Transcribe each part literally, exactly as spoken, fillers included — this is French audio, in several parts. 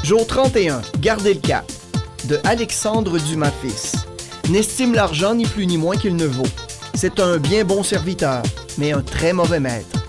Jour trente et un, Gardez le cap, de Alexandre Dumas-Fils. N'estime l'argent ni plus ni moins qu'il ne vaut. C'est un bien bon serviteur, mais un très mauvais maître.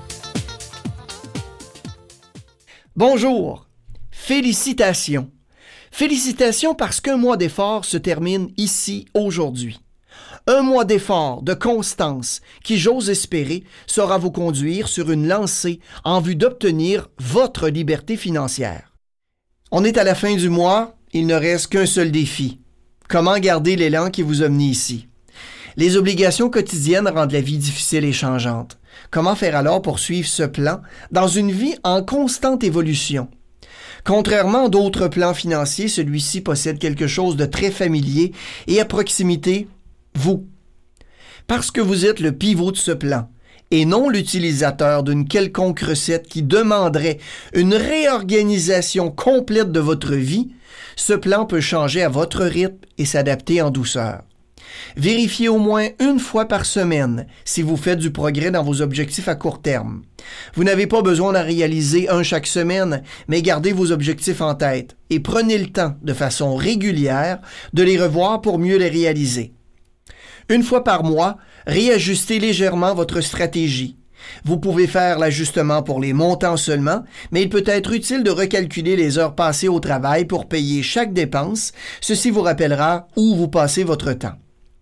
Bonjour, félicitations. Félicitations parce qu'un mois d'effort se termine ici, aujourd'hui. Un mois d'effort, de constance, qui, j'ose espérer, saura vous conduire sur une lancée en vue d'obtenir votre liberté financière. On est à la fin du mois, il ne reste qu'un seul défi. Comment garder l'élan qui vous a mené ici? Les obligations quotidiennes rendent la vie difficile et changeante. Comment faire alors pour suivre ce plan dans une vie en constante évolution? Contrairement à d'autres plans financiers, celui-ci possède quelque chose de très familier et à proximité, vous. Parce que vous êtes le pivot de ce plan et non l'utilisateur d'une quelconque recette qui demanderait une réorganisation complète de votre vie, ce plan peut changer à votre rythme et s'adapter en douceur. Vérifiez au moins une fois par semaine si vous faites du progrès dans vos objectifs à court terme. Vous n'avez pas besoin d'en réaliser un chaque semaine, mais gardez vos objectifs en tête et prenez le temps, de façon régulière, de les revoir pour mieux les réaliser. Une fois par mois, réajustez légèrement votre stratégie. Vous pouvez faire l'ajustement pour les montants seulement, mais il peut être utile de recalculer les heures passées au travail pour payer chaque dépense. Ceci vous rappellera où vous passez votre temps.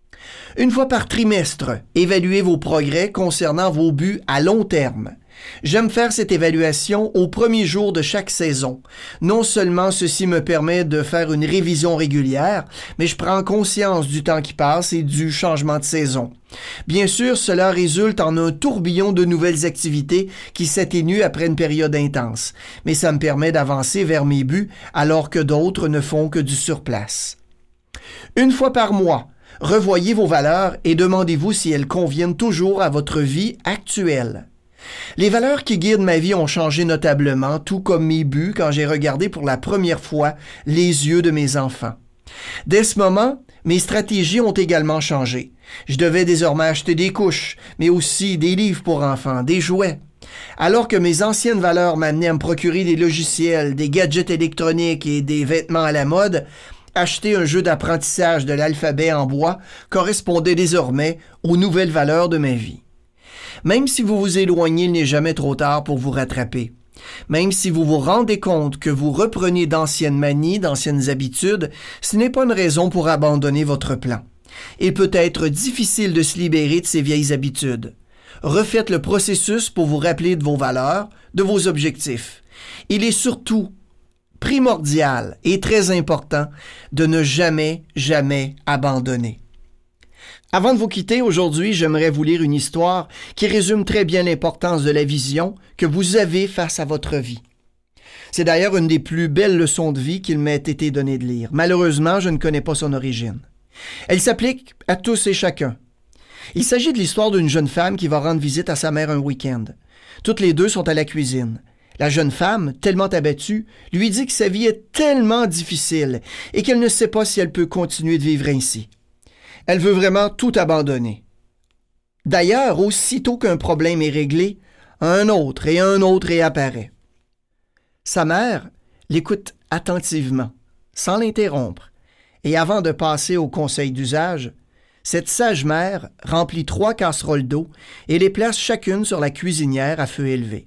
Une fois par trimestre, évaluez vos progrès concernant vos buts à long terme. J'aime faire cette évaluation au premier jour de chaque saison. Non seulement ceci me permet de faire une révision régulière, mais je prends conscience du temps qui passe et du changement de saison. Bien sûr, cela résulte en un tourbillon de nouvelles activités qui s'atténuent après une période intense, mais ça me permet d'avancer vers mes buts alors que d'autres ne font que du surplace. Une fois par mois, revoyez vos valeurs et demandez-vous si elles conviennent toujours à votre vie actuelle. Les valeurs qui guident ma vie ont changé notablement, tout comme mes buts quand j'ai regardé pour la première fois les yeux de mes enfants. Dès ce moment, mes stratégies ont également changé. Je devais désormais acheter des couches, mais aussi des livres pour enfants, des jouets. Alors que mes anciennes valeurs m'amenaient à me procurer des logiciels, des gadgets électroniques et des vêtements à la mode, acheter un jeu d'apprentissage de l'alphabet en bois correspondait désormais aux nouvelles valeurs de ma vie. Même si vous vous éloignez, il n'est jamais trop tard pour vous rattraper. Même si vous vous rendez compte que vous reprenez d'anciennes manies, d'anciennes habitudes, ce n'est pas une raison pour abandonner votre plan. Il peut être difficile de se libérer de ces vieilles habitudes. Refaites le processus pour vous rappeler de vos valeurs, de vos objectifs. Il est surtout primordial et très important de ne jamais, jamais abandonner. Avant de vous quitter, aujourd'hui, j'aimerais vous lire une histoire qui résume très bien l'importance de la vision que vous avez face à votre vie. C'est d'ailleurs une des plus belles leçons de vie qu'il m'ait été donné de lire. Malheureusement, je ne connais pas son origine. Elle s'applique à tous et chacun. Il s'agit de l'histoire d'une jeune femme qui va rendre visite à sa mère un week-end. Toutes les deux sont à la cuisine. La jeune femme, tellement abattue, lui dit que sa vie est tellement difficile et qu'elle ne sait pas si elle peut continuer de vivre ainsi. Elle veut vraiment tout abandonner. D'ailleurs, aussitôt qu'un problème est réglé, un autre et un autre réapparaît. Sa mère l'écoute attentivement, sans l'interrompre, et avant de passer au conseil d'usage, cette sage mère remplit trois casseroles d'eau et les place chacune sur la cuisinière à feu élevé.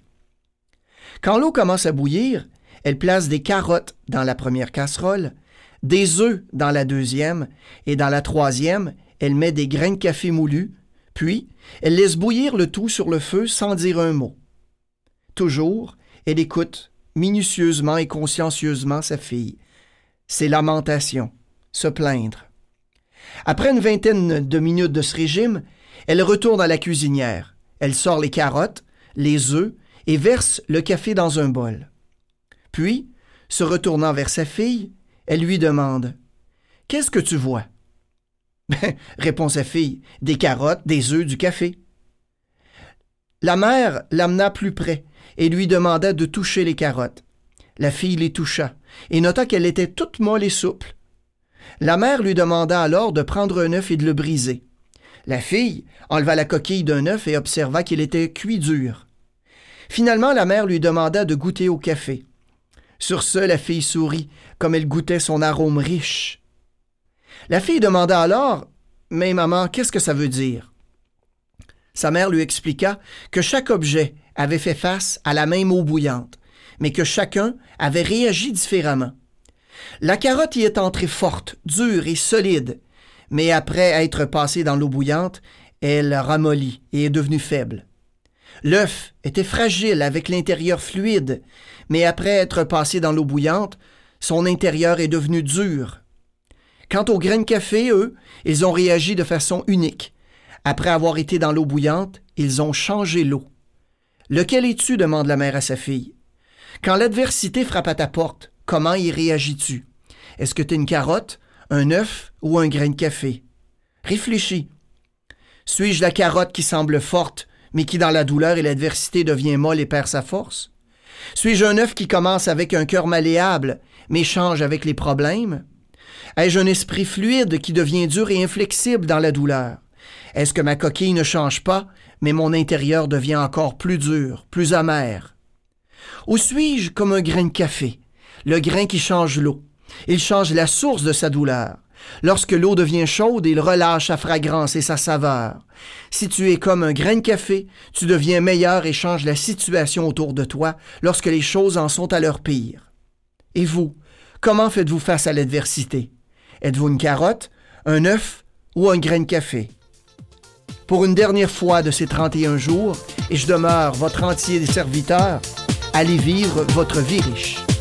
Quand l'eau commence à bouillir, elle place des carottes dans la première casserole, des œufs dans la deuxième, et dans la troisième, elle met des grains de café moulus, puis elle laisse bouillir le tout sur le feu sans dire un mot. Toujours, elle écoute minutieusement et consciencieusement sa fille, ses lamentations, se plaindre. Après une vingtaine de minutes de ce régime, elle retourne à la cuisinière. Elle sort les carottes, les œufs et verse le café dans un bol. Puis, se retournant vers sa fille, elle lui demande « Qu'est-ce que tu vois? » Ben, répond sa fille, « Des carottes, des œufs, du café. » La mère l'amena plus près et lui demanda de toucher les carottes. La fille les toucha et nota qu'elles étaient toutes molles et souples. La mère lui demanda alors de prendre un œuf et de le briser. La fille enleva la coquille d'un œuf et observa qu'il était cuit dur. Finalement, la mère lui demanda de goûter au café. Sur ce, la fille sourit, comme elle goûtait son arôme riche. La fille demanda alors, « Mais maman, qu'est-ce que ça veut dire? » Sa mère lui expliqua que chaque objet avait fait face à la même eau bouillante, mais que chacun avait réagi différemment. La carotte y est entrée forte, dure et solide, mais après être passée dans l'eau bouillante, elle ramollit et est devenue faible. L'œuf était fragile avec l'intérieur fluide, mais après être passé dans l'eau bouillante, son intérieur est devenu dur. Quant aux grains de café, eux, ils ont réagi de façon unique. Après avoir été dans l'eau bouillante, ils ont changé l'eau. « Lequel es-tu? » demande la mère à sa fille. « Quand l'adversité frappe à ta porte, comment y réagis-tu? Est-ce que tu es une carotte, un œuf ou un grain de café? Réfléchis. Suis-je la carotte qui semble forte, mais qui dans la douleur et l'adversité devient molle et perd sa force? Suis-je un œuf qui commence avec un cœur malléable, mais change avec les problèmes? Ai-je un esprit fluide qui devient dur et inflexible dans la douleur? Est-ce que ma coquille ne change pas, mais mon intérieur devient encore plus dur, plus amer? Ou suis-je comme un grain de café, le grain qui change l'eau? Il change la source de sa douleur. Lorsque l'eau devient chaude, il relâche sa fragrance et sa saveur. Si tu es comme un grain de café, tu deviens meilleur et changes la situation autour de toi lorsque les choses en sont à leur pire. Et vous, comment faites-vous face à l'adversité? Êtes-vous une carotte, un œuf ou un grain de café? Pour une dernière fois de ces trente et un jours, et je demeure votre entier serviteur, allez vivre votre vie riche.